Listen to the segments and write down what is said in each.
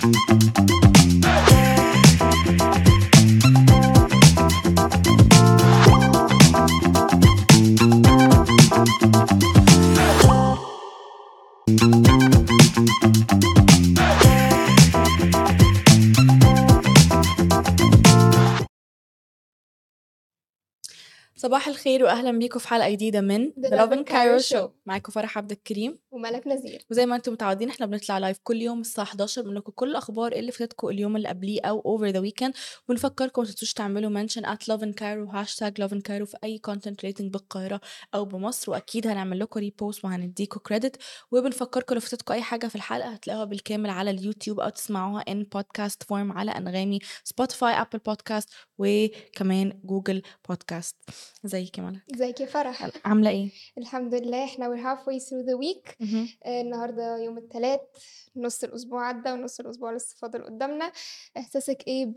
صباح الخير واهلا بيكم في حلقه جديده من The The Love Love and and Cairo Cairo Show. معاكم فرح عبد الكريم وملك نذير. وزي ما انتم متعودين احنا بنطلع لايف كل يوم الساعه 11 بنقول لكم كل الاخبار اللي فاتتكم اليوم اللي قبليه او over the weekend. وبنفكركم ما تنسوش تعملوا mention at Love and Cairo hashtag Love and Cairo في اي content rating بالقاهره او بمصر، واكيد هنعمل لكم ريبوست وهنديكم كريدت. وبنفكركم لو فاتتكم اي حاجه في الحلقه هتلاقوها بالكامل على اليوتيوب او تسمعوها in podcast form على انغامي سبوتيفاي ابل بودكاست وكمان جوجل بودكاست. ازيك يا ملك؟ ازيك يا فرح؟ عامله ايه؟ الحمد لله، احنا we're halfway through the week. مهم. النهارده يوم الثلاث، نص الاسبوع عدى ونص الاسبوع لسه فاضل قدامنا. احساسك ايه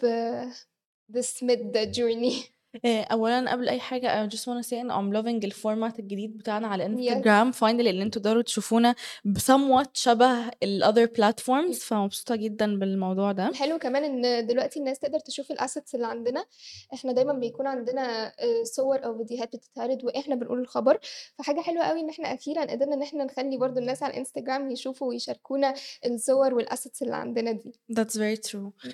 this mid journey؟ اولا قبل اي حاجه I just wanna say ان I'm loving الفورمات الجديد بتاعنا على Yes. انستجرام finally اللي انتوا تقدروا تشوفونا somewhat شبه ال other platforms، فمبسوطه جدا بالموضوع ده. الحلو كمان ان دلوقتي الناس تقدر تشوف الاسيتس اللي عندنا. احنا دايما بيكون عندنا صور او فيديوهات بتتعرض واحنا بنقول الخبر، فحاجه حلوه قوي ان احنا اخيرا قدرنا ان احنا نخلي برضو الناس على الانستجرام يشوفوا ويشاركونا الصور والاسيتس اللي عندنا دي. That's very true.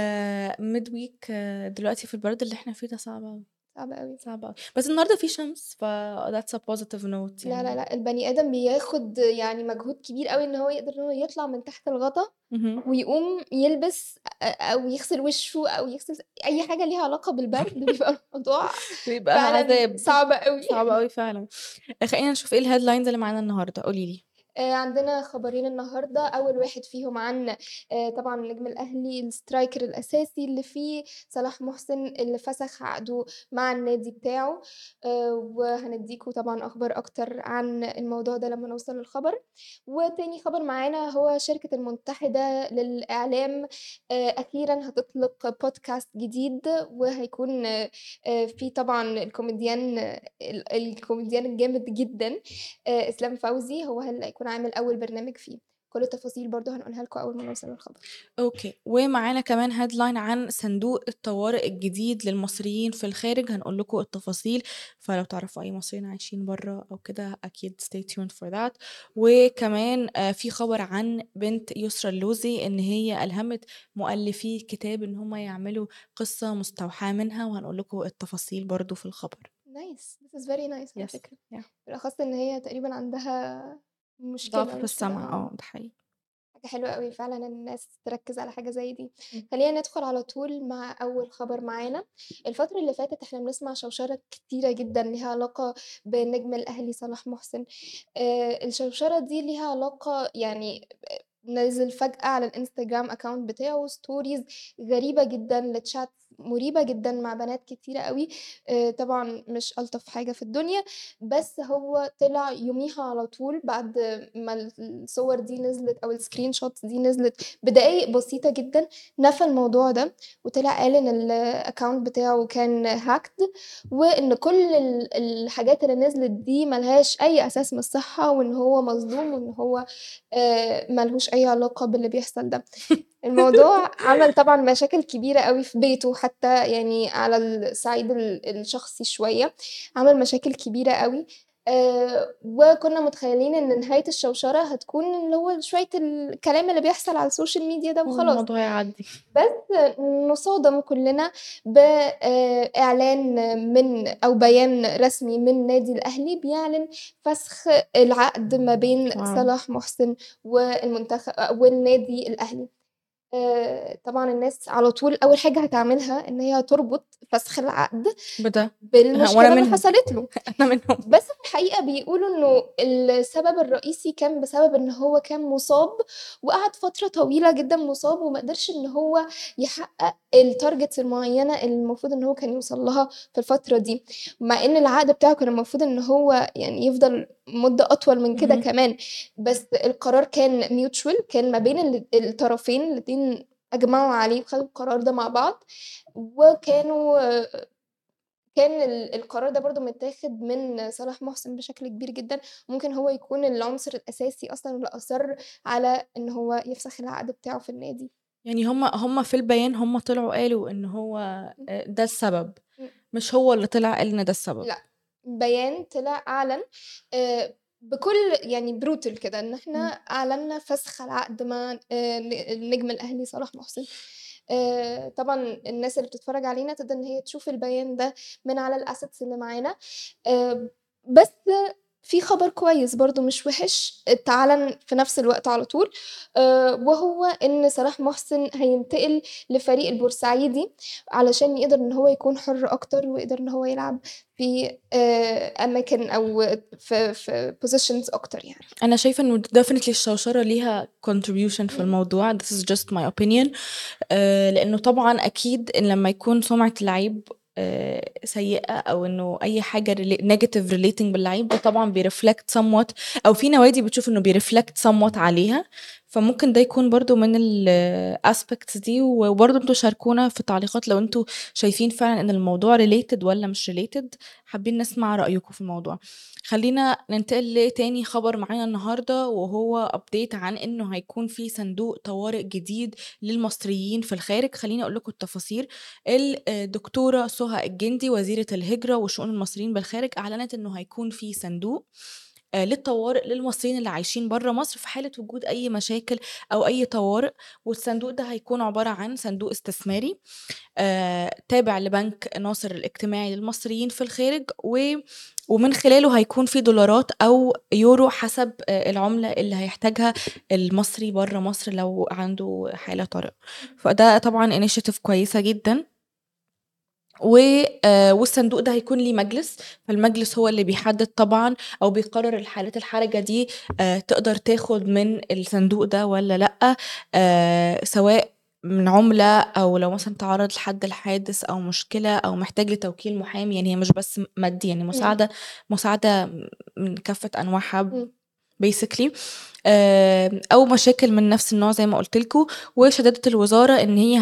mid week دلوقتي في البرد اللي احنا فيه ده صعب قوي صعبه قوي. صعب قوي، بس النهارده في شمس ف that's a positive note لا لا يعني. لا، البني آدم بياخد يعني مجهود كبير قوي ان هو يقدر ان هو يطلع من تحت الغطا مهم. ويقوم يلبس او يغسل وشه او يغسل اي حاجة ليها علاقة بالبرد. بيبقى الموضوع بيبقى فعلا عذاب صعب قوي. صعب قوي فعلا. خلينا نشوف ايه الهيدلاينز اللي معانا النهارده، قولي لي. عندنا خبرين النهارده. اول واحد فيهم عن طبعا النجم الاهلي السترايكر الاساسي اللي فيه صلاح محسن اللي فسخ عقده مع النادي بتاعه، وهنديكوا طبعا اخبار اكتر عن الموضوع ده لما نوصل للخبر. وتاني خبر معانا هو شركة المتحدة للإعلام أخيرا هتطلق بودكاست جديد، وهيكون في طبعا الكوميديان الجامد جدا إسلام فوزي هو اللي هيكون عامل أول برنامج فيه. كل التفاصيل برضو هنقولها لكم أول ما نوصل للخبر. اوكي، ومعانا كمان هيدلاين عن صندوق الطوارئ الجديد للمصريين في الخارج، هنقول لكم التفاصيل، فلو تعرفوا اي مصريين عايشين بره او كده اكيد stay tuned for that. وكمان في خبر عن بنت يسرا اللوزي ان هي الهمت مؤلفي كتاب ان هم يعملوا قصة مستوحاة منها، وهنقول لكم التفاصيل برضو في الخبر. نايس. this is very nice على yes فكرة. yeah. بالأخص إن هي تقريبا عندها ضعف في مشكلة السمع، ده حقيقي. حاجة حلوة قوي فعلا إن الناس تركز على حاجة زي دي. مم. خلينا ندخل على طول مع أول خبر معانا. الفترة اللي فاتت احنا بنسمع شوشرة كتيرة جدا ليها علاقة بالنجم الأهلي صلاح محسن. الشوشرة دي ليها علاقة يعني نزل فجأة على الانستجرام اكاونت بتاعه ستوريز غريبة جدا لتشات مريبة جدا مع بنات كتيرة قوي. طبعا مش ألطف حاجة في الدنيا، بس هو طلع يوميها على طول بعد ما الصور دي نزلت او السكرين شوتس دي نزلت بدقايق بسيطة جدا، نفى الموضوع ده وطلع قال ان الاكاونت بتاعه كان هاكد، وان كل الحاجات اللي نزلت دي ملهاش اي اساس من الصحة، وان هو مظلوم، وان هو ملهوش اي علاقة باللي بيحصل ده. الموضوع عمل طبعا مشاكل كبيرة قوي في بيته، حتى يعني على الصعيد الشخصي شوية عمل مشاكل كبيرة قوي. وكنا متخيلين ان نهاية الشوشرة هتكون اللي هو شوية الكلام اللي بيحصل على السوشيال ميديا ده وخلاص، الموضوع يعدي. بس نصادم كلنا بإعلان من أو بيان رسمي من نادي الأهلي بيعلن فسخ العقد ما بين واو. صلاح محسن والمنتخب والنادي الأهلي. طبعا الناس على طول أول حاجة هتعملها إن هي تربط فسخ العقد بده بالمشكلة وانا اللي منهم حصلت له. انا منهم. بس في الحقيقة بيقولوا إنه السبب الرئيسي كان بسبب إن هو كان مصاب، وقعد فترة طويلة جدًا مصاب وما قدرش إن هو يحقق الtargets المعينة اللي المفروض إن هو كان يوصل لها في الفترة دي، مع إن العقد بتاعه كان المفروض إن هو يعني يفضل مدة أطول من كده مهم. كمان، بس القرار كان mutual، كان ما بين الطرفين الاتنين أجمعوا عليه وخدوا القرار ده مع بعض، وكانوا كان القرار ده برضه متاخد من صلاح محسن بشكل كبير جدًا، ممكن هو يكون العنصر الأساسي أصلًا اللي أصَرّ على إن هو يفسخ العقد بتاعه في النادي. يعني هم في البيان هم طلعوا قالوا إن هو إمم، ده السبب، إمم. مش هو اللي طلع قال إن ده السبب. لأ، بيان طلع أعلن بكل يعني brutal كده، إن إحنا إمم. أعلنا فسخ العقد مع النجم الأهلي صلاح محسن. طبعًا الناس اللي بتتفرّج علينا تقدر إن هي تشوف البيان ده من على الassets اللي معانا. بس في خبر كويس برضه مش وِحِش اتعلن في نفس الوقت على طول. وهو إن صلاح محسن هينتقل لفريق البورسعيدي علشان يقدر إن هو يكون حُر أكتر، ويقدر إن هو يلعب في أماكن أو في positions أكتر يعني. أنا شايفة إنه definitely الشوشرة ليها contribution في إمم، الموضوع. this is just my opinion. لإنه طبعًا أكيد إن لمّا يكون سمعة اللعيب سيئة أو إنه أي حاجة negative relating باللعيب ده طبعًا بيreflect somewhat أو في نوادي بتشوف إنه بيreflect somewhat عليها، فممكن ده يكون برضه من الaspects دي. وبرضه أنتم شاركونا في التعليقات لو أنتم شايفين فعلًا إن الموضوع related والّا مش related، حابين نسمع رأيكم في الموضوع. خلّينا ننتقل لتاني خبر معانا النهارده، وهو update عن إنه هيكون في صندوق طوارئ جديد للمصريين في الخارج. خلّيني أقول لكم التفاصيل. الدكتورة سُهى الجندي وزيرة الهجرة وشؤون المصريين بالخارج أعلنت إنه هيكون في صندوق للطوارئ للمصريين اللي عايشين برّه مصر في حالة وجود أي مشاكل أو أي طوارئ. والصندوق ده هيكون عبارة عن صندوق استثماري تابع لبنك ناصر الاجتماعي للمصريين في الخارج، ومن خلاله هيكون في دولارات أو يورو حسب العملة اللي هيحتاجها المصري برّه مصر لو عنده حالة طارئة. فده طبعًا initiative كويسة جدًا. و والصندوق ده هيكون ليه مجلس، فالمجلس هو اللي بيحدد طبعًا أو بيقرر الحالات الحرجة دي تقدر تاخد من الصندوق ده والّا لأ. سواء من عُملة أو لو مثلًا اتعرّض لحد لحادث أو مشكلة أو محتاج لتوكيل محامي، يعني هي مش بس مادي، يعني إمم، مساعدة من كافة أنواعها إمم. basically. أو مشاكل من نفس النوع زي ما قُلت لكم. وشدّدت الوزارة إن هي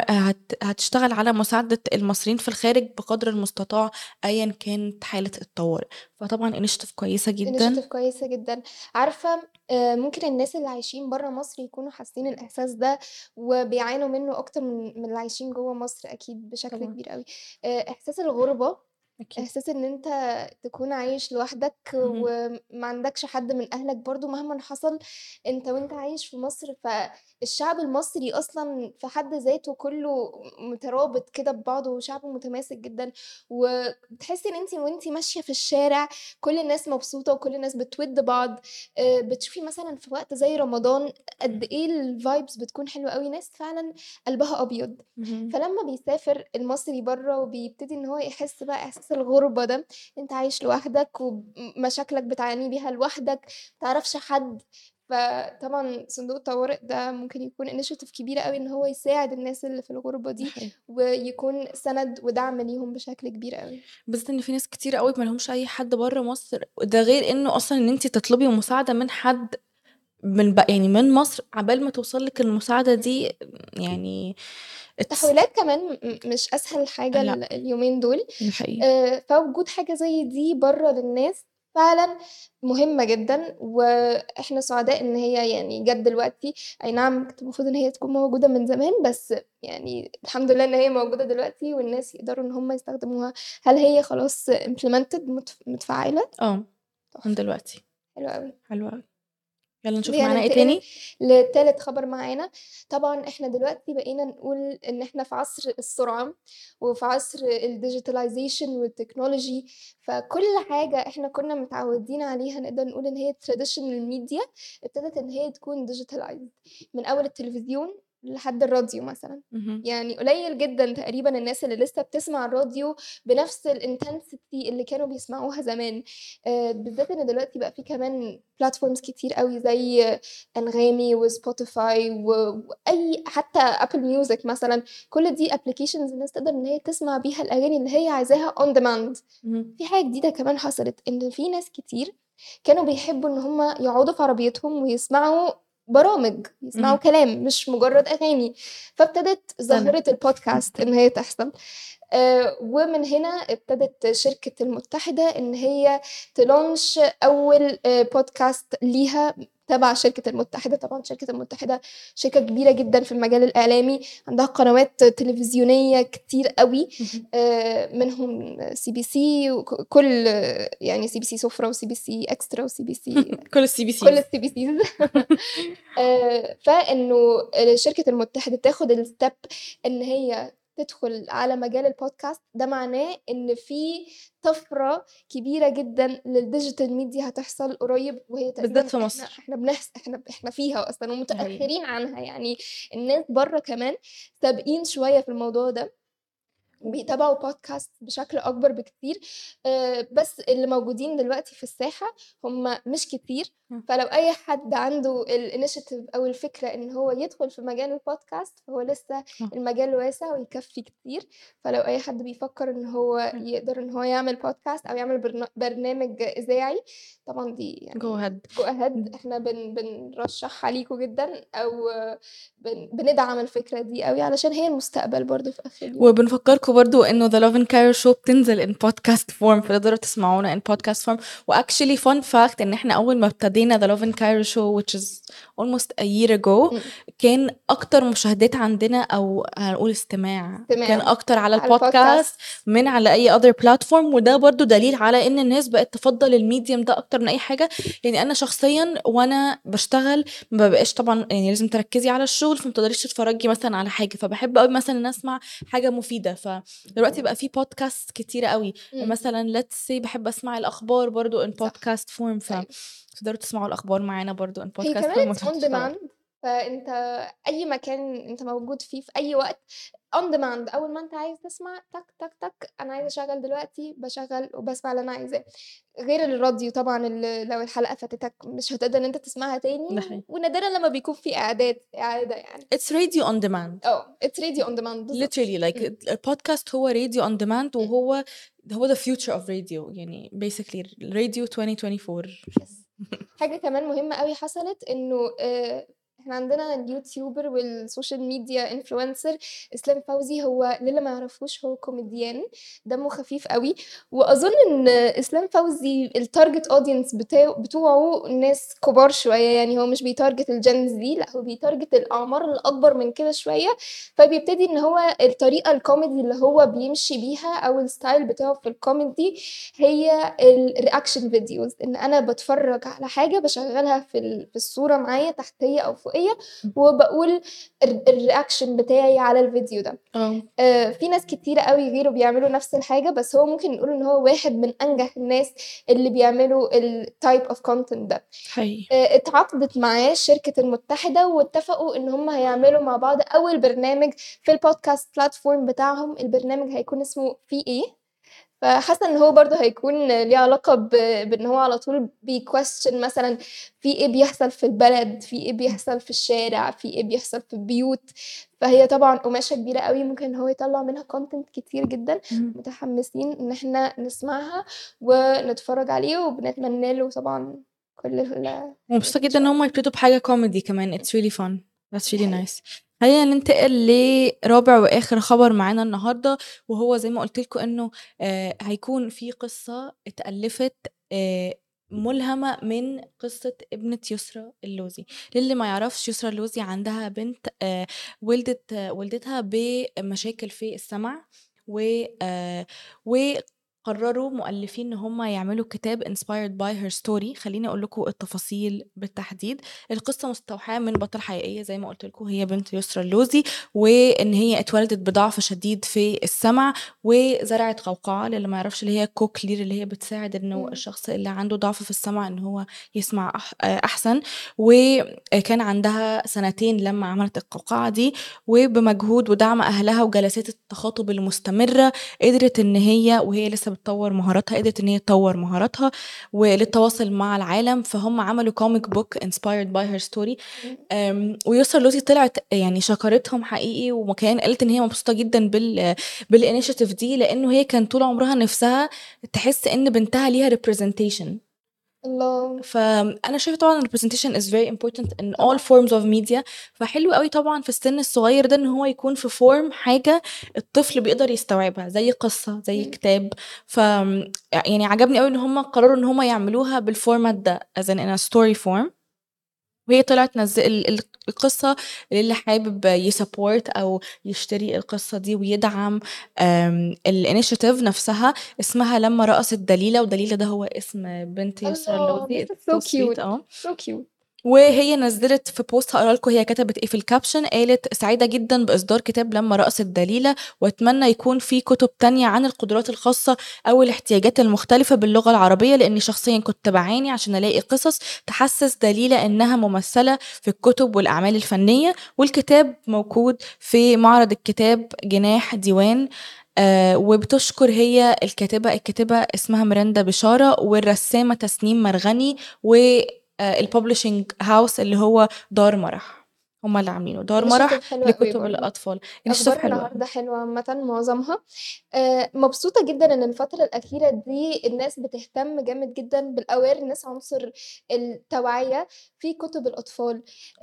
هتشتغل على مساعدة المصريين في الخارج بقدر المستطاع أيًا كانت حالة الطوارئ. فطبعًا initiative كويسة جدًا. initiative كويسة جدًا. عارفة ممكن الناس اللي عايشين برّه مصر يكونوا حاسين الإحساس ده وبيعانوا منّه أكتر من اللي عايشين جوّه مصر أكيد بشكل طبعًا. كبير أوي. إحساس الغُربة، أكيد. إحساس إن أنت تكون عايش لوحدك اهم. وما عندكش حد من أهلك برضه مهمًا حصل، أنت وأنت عايش في مصر، فالشعب المصري أصلًا في حد ذاته كُلّه مترابط كده ببعضه وشعب متماسك جدًا. وبتحسّي إن أنتِ وأنتِ ماشية في الشارع كل الناس مبسوطة وكل الناس بتوِد بعض. بتشوفي مثلًا في وقت زي رمضان قد إيه الvibes بتكون حلوة أوي، ناس فعلًا قلبها أبيض. اهم. فلمّا بيسافر المصري برّه وبيبتدي إن هو يحس بقى إحساس الغُربة ده، أنت عايش لوحدك مشاكلك بتعاني بيها لوحدك، ما تعرفش حد. فطبعًا صندوق الطوارئ ده ممكن يكون initiative كبيرة أوي إن هو يساعد الناس اللي في الغُربة ده دي، حقيقي. ويكون سَنَد ودعم ليهم بشكل كبير أوي. بالذات إن في ناس كتيرة أوي ما لهمش أي حد برّه مصر، ده غير إنه أصلًا إن أنتِ تطلبي مساعدة من حد يعني من مصر عقبال ما توصل لِك المساعدة دي، يعني it's التحويلات كمان مش أسهل حاجة لأ. اليومين دول. ده حقيقي. فوجود حاجة زي دي برّه للناس فعلًا مهمة جدًا، وإحنا سعداء إن هي يعني جات دلوقتي. أي نعم كانت المفروض إن هي تكون موجودة من زمان، بس يعني الحمد لله إن هي موجودة دلوقتي والناس يقدروا إن هم يستخدموها. هل هي خلاص implemented متفعّلة؟ من تحفة، دلوقتي. حلو أوي. حلو أوي. يالّا نشوف خلّينا معانا إيه ننتقل تاني؟ لتالت خبر معانا. طبعًا إحنا دلوقتي بقينا نقول إن إحنا في عصر السرعة، وفي عصر الdigitalization والتكنولوجي، فكل حاجة إحنا كنا متعودين عليها نقدر نقول إن هي traditional media ابتدت إن هي تكون digitalized، من أول التلفزيون لحد الراديو مثلًا. اهم. يعني قليل جدًا تقريبًا الناس اللي لسه بتسمع الراديو بنفس الintensity اللي كانوا بيسمعوها زمان. بالذات إن دلوقتي بقى في كمان platforms كتير أوي زي أنغامي وSpotify وأي حتى Apple Music مثلًا، كل دي applications الناس تقدر إن هي تسمع بيها الأغاني اللي هي عايزاها on demand. اهم. في حاجة جديدة كمان حصلت، إن في ناس كتير كانوا بيحبّوا إن هُم يقعدوا في عربيتهم ويسمعوا برامج، يسمعوا اهم. كلام مش مجرد أغاني. فابتدت أنا. ظاهرة الpodcast إن هي تحصل. ومن هنا ابتدت شركة المتحدة إن هي تlaunch أول podcast ليها تبع شركة المتحدة. طبعًا شركة المتحدة شركة كبيرة جدًا في المجال الإعلامي، عندها قنوات تلفزيونية كتير أوي، اهم. منهم CBC كل يعني CBC سُفرة وCBC إكسترا وCBC كل كل الCBCs. الCBCs. فإنه شركة المتحدة تاخد الstep إن هي تدخل على مجال الpodcast، ده معناه إن في طفرة كبيرة جدًا للdigital media هتحصل قريب، وهي بالذات تقريبًا في إحنا مصر. إحنا بنحس إحنا فيها أصلًا دي حقيقة. ومتأخرين عنها، يعني الناس برّه كمان سابقين شوية في الموضوع ده. بيتابعوا podcast بشكل أكبر بكتير، بس اللي موجودين دلوقتي في الساحة هم مش كتير، إمم. فلو أي حد عنده الinitiative أو الفكرة إن هو يدخل في مجال الpodcast، فهو لسه آه. المجال واسع ويكفّي كتير. فلو أي حد بيفكّر إن هو إمم. يقدر إن هو يعمل podcast أو يعمل برنامج إذاعي، طبعًا دي go يعني ahead. go ahead. إمم. إحنا بنرشّحها ليكم جدًا، أو بندعم الفكرة دي أوي، علشان هي المستقبل برضه في آخر اليوم. وبنفكّركم برضه إنه The Love and Cairo Show بتنزل in podcast form، فتقدروا تسمعونا in podcast form. وactually fun fact إن إحنا أول ما ابتدينا The Love and Cairo Show which is almost a year ago، إمم. كان أكتر مشاهدات عندنا أو هنقول استماع، كان استماع أكتر على على الpodcast الpodcast. من على أي other platform. وده برضه دليل على إن الناس بقت تفضّل الmedium ده أكتر من أي حاجة. يعني أنا شخصيًا وأنا باشتغل ما بابقاش طبعًا، يعني لازم تركّزي على الشغل، فما تقدريش تتفرّجي مثلًا على حاجة، فباحب أوي مثلًا إن أسمع حاجة مفيدة. فدلوقتي بقى في podcast كتيرة أوي، إمم. مثلًا let's say باحب أسمع الأخبار برضه in صح. podcast form، أيوه. فتقدروا تسمعوا الأخبار معانا برضه in هي podcast كمان form وما it's on تاخدوش خبر. demand، فأنت أي مكان أنت موجود فيه في أي وقت on demand، أول ما أنت عايز تسمع تك، تك، تك، أنا عايزة أشغّل دلوقتي، باشغّل وباسمع اللي أنا عايزاه. غير الراديو طبعًا لو الحلقة فاتتك مش هتقدر إن أنت تسمعها تاني، ده حقيقي. ونادرًا لمّا بيكون في إعادة يعني. It's radio on demand. it's radio on demand بالضبط. literally like إمم. الpodcast هو radio on demand، إمم. وهو the future of radio، يعني basically radio 2024. يس. حاجة كمان مهمة أوي حصلت، إنه إحنا عندنا اليوتيوبر والسوشيال ميديا influencer إسلام فوزي. هو للي ما يعرفوش هو كوميديان دمه خفيف أوي، وأظن إن إسلام فوزي الtarget audience بتوعه ناس كبار شوية، يعني هو مش بيتارجت الGen Z، لأ هو بيتارجت الأعمار الأكبر من كده شوية. فبيبتدي إن هو الطريقة الكوميدي اللي هو بيمشي بيها أو الstyle بتاعه في الكوميدي هي الreaction videos، إن أنا باتفرّج على حاجة باشغّلها في الصورة معايا تحتيّة أو فوقيّة، وباقول الreaction بتاعي على الفيديو ده. آه. في ناس كتيرة أوي غيره بيعملوا نفس الحاجة، بس هو ممكن نقول إن هو واحد من أنجح الناس اللي بيعملوا الtype of content ده. حقيقي. اتعاقدت معاه شركة المتحدة واتفقوا إن هُم هيعملوا مع بعض أول برنامج في الpodcast platform بتاعهم. البرنامج هيكون اسمه في إيه؟ فحاسة إن هو برضه هيكون ليه علاقة بإن هو على طول بيquestion مثلًا في إيه بيحصل في البلد، في إيه بيحصل في الشارع، في إيه بيحصل في البيوت. فهي طبعًا قماشة كبيرة أوي ممكن إن هو يطلّع منها content كتير جدًا. إمم. متحمسين إن إحنا نسمعها ونتفرّج عليه، وبنتمنى له طبعًا كل ومبسوطة إن جدًا إن شاء هُم الله. يبتدوا بحاجة comedy كمان. it's really fun. that's دي really حقيقة. nice. خلّينا ننتقل لرابع وآخر خبر معانا النهارده، وهو زي ما قُلت لكم إنه هيكون في قصة اتألّفت آآ مُلهمة من قصة ابنة يسرا اللوزي. للي ما يعرفش، يسرا اللوزي عندها بنت والدتها بمشاكل في السمع، و وقرروا مؤلفين إن هم يعملوا كتاب inspired by her story. خلّيني أقول لكم التفاصيل بالتحديد. القصة مستوحاة من بطلة حقيقية زي ما قُلت لكم، هي بنت يسرا اللوزي، وإن هي اتولدت بضعف شديد في السمع، وزرعت قوقعة. للي ما يعرفش اللي هي cochlear، اللي هي بتساعد إنه إمم. الشخص اللي عنده ضعف في السمع إن هو يسمع أحسن. وكان عندها سنتين لمّا عملت القوقعة دي، وبمجهود ودعم أهلها وجلسات التخاطب المستمرة قدرت إن هي، وهي لسه بتطوّر مهاراتها، قدرت إن هي تطوّر مهاراتها وللتواصل مع العالم. فهُم عملوا comic book inspired by her story. إمم. ويسرا اللوزي طلعت يعني شكرتهم حقيقي، وكمان قالت إن هي مبسوطة جدًا بالinitiative دي، لإنه هي كان طول عمرها نِفْسها تحس إن بنتها ليها representation. الله! فأنا شايفة طبعًا الrepresentation is very important in all طبعًا. forms of media. فحلو أوي طبعًا في السن الصغير ده إن هو يكون في form حاجة الطفل بيقدر يستوعبها، زي قصة، زي إمم. كتاب. يعني عجبني أوي إن هُم قرروا إن هُم يعملوها بالformat ده as in a story form. وهي طلعت القصة للي حابب يسبورت أو يشتري القصة دي ويدعم الانيشيتيف نفسها. اسمها لما رقصت دليلة، ودليلة ده هو اسم بنت يسرا الله اللوزي. this is so so sweet. cute so cute. وهي نزلت في بوست، هقرا لكم هي كتبت ايه في الكابشن. قالت: سعيدة جدا بإصدار كتاب لما رقصت دليلة، واتمنى يكون في كتب تانية عن القدرات الخاصة أو الاحتياجات المختلفة باللغة العربية، لأني شخصيا كنت بعاني عشان ألاقي قصص تحسس دليلة إنها ممثلة في الكتب والأعمال الفنية. والكتاب موجود في معرض الكتاب جناح ديوان. وبتشكر هي الكاتبة اسمها ميراندا بشارة، والرسامة تسنيم مرغني، الببلشنج هاوس اللي هو دار مرح. هما اللي عاملينه دار مرح initiative حلوة قوي لكتب برضو. الأطفال. initiative أخبار حلوة. النهاردة حلوة عامة معظمها. مبسوطة جدا إن الفترة الأخيرة دي الناس بتهتم جامد جدا بالأويرنس، عنصر التوعية في كتب الأطفال.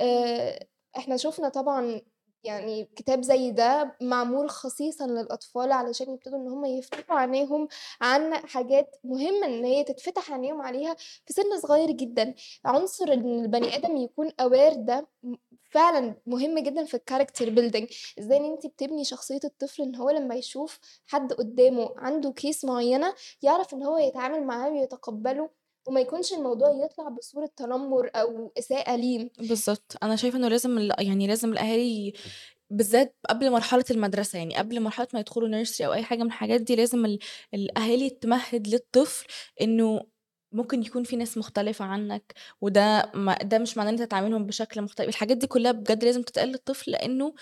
احنا شفنا طبعا يعني كتاب زي ده معمول خصيصا للأطفال علشان يبتدوا إن هم يفتحوا عينيهم عن حاجات مهمة إن هي تتفتح عينيهم عليها في سن صغير جدا. عنصر إن البني آدم يكون أوير ده فعلا مهم جدا في الكاركتر بيلدينج. ازاي ان انت بتبني شخصية الطفل ان هو لما يشوف حد قدامه عنده كيس معينة يعرف ان هو يتعامل معاه ويتقبله، وما يكونش الموضوع يطلع بصورة تنمر او اساءة ليه. بالظبط. أنا شايفة إنه يعني لازم الأهالي بالذات قبل مرحلة المدرسة، يعني قبل مرحلة ما يدخلوا نيرسري أو أي حاجة من الحاجات دي، لازم الأهالي تمهد للطفل إنه ممكن يكون في ناس مختلفة عنك، وده ده مش معناه إن أنت تتعاملهم بشكل مختلف. الحاجات دي كلها بجد لازم تتقال للطفل، لأنه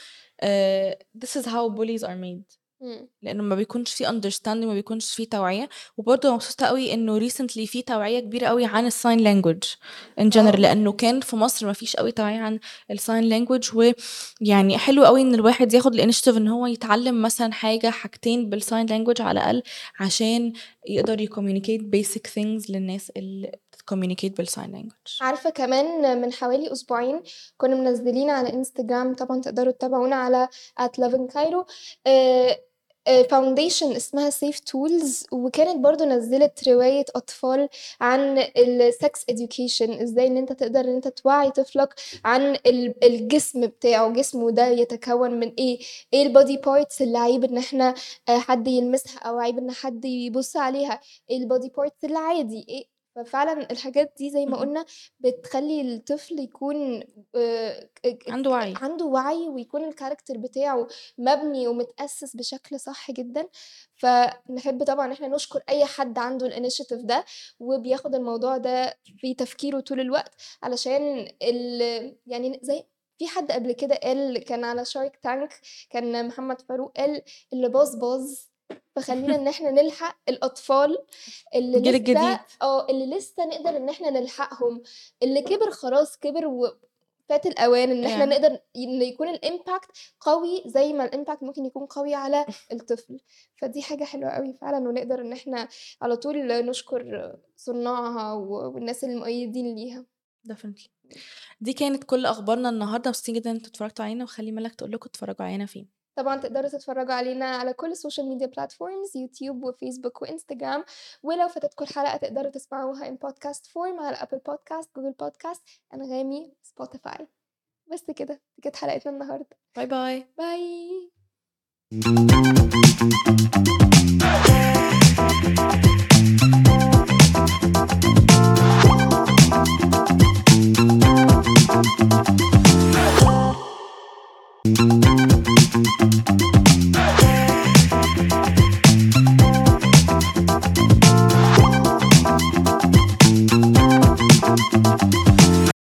this is how bullies are made. مم. لأنه ما بيكونش في understanding، ما بيكونش في توعية. وبرضه مبسوطة قوي إنه recently في توعية كبيرة قوي عن الساين language in general، لأنه كان في مصر ما فيش قوي توعية عن الساين language. ويعني حلو قوي إن الواحد ياخد الانيشيتيف إن هو يتعلم مثلا حاجتين بالساين language على الأقل، عشان يقدر يcommunicate basic things للناس اللي communicate بالساين language. عارفة كمان من حوالي أسبوعين كنا منزلين على انستجرام، طبعا تقدروا تتابعونا على @loveandcairo، فاونديشن اسمها سيف تولز، وكانت برضو نزلت رواية أطفال عن السكس education، ازاي ان انت تقدر ان انت توعي طفلك عن الجسم بتاعه، جسمه ده يتكون من ايه البودي بارتس اللي عيب ان احنا حد يلمسها او عيب ان حد يبص عليها، ايه البودي بارتس اللي عادي ايه. ففعلا الحاجات دي زي ما قلنا بتخلي الطفل يكون عنده وعي. عنده وعي، ويكون الكاركتر بتاعه مبني ومتأسس بشكل صح جدا. فنحب طبعا احنا نشكر اي حد عنده الانيشيتيف ده وبياخد الموضوع ده في تفكيره طول الوقت، علشان يعني زي في حد قبل كده قال، كان على شارك تانك، كان محمد فاروق قال اللي باظ. فخلينا ان احنا نلحق الاطفال اللي الجيل لسه الجديد. اللي لسه نقدر ان احنا نلحقهم. اللي كبر خلاص كبر وفات الاوان ان احنا yeah. نقدر ان يكون الامباكت قوي زي ما الامباكت ممكن يكون قوي على الطفل. فدي حاجة حلوة قوي فعلا، ونقدر ان احنا على طول نشكر صناعها والناس المؤيدين ليها. definitely. دي كانت كل أخبارنا النهاردة. مبسوطين جدا إن انتوا اتفرجتوا علينا، وخلي مالك تقول لكم تتفرجوا علينا فين. طبعا تقدروا تتفرجوا علينا على كل السوشيال ميديا بلاتفورمز، يوتيوب وفيسبوك وانستجرام. ولو فاتتكم الحلقة تقدروا تسمعوها in podcast form على ابل بودكاست، جوجل بودكاست، انغامي، سبوتيفاي. بس كده، دي كانت حلقتنا النهاردة. باي باي. باي.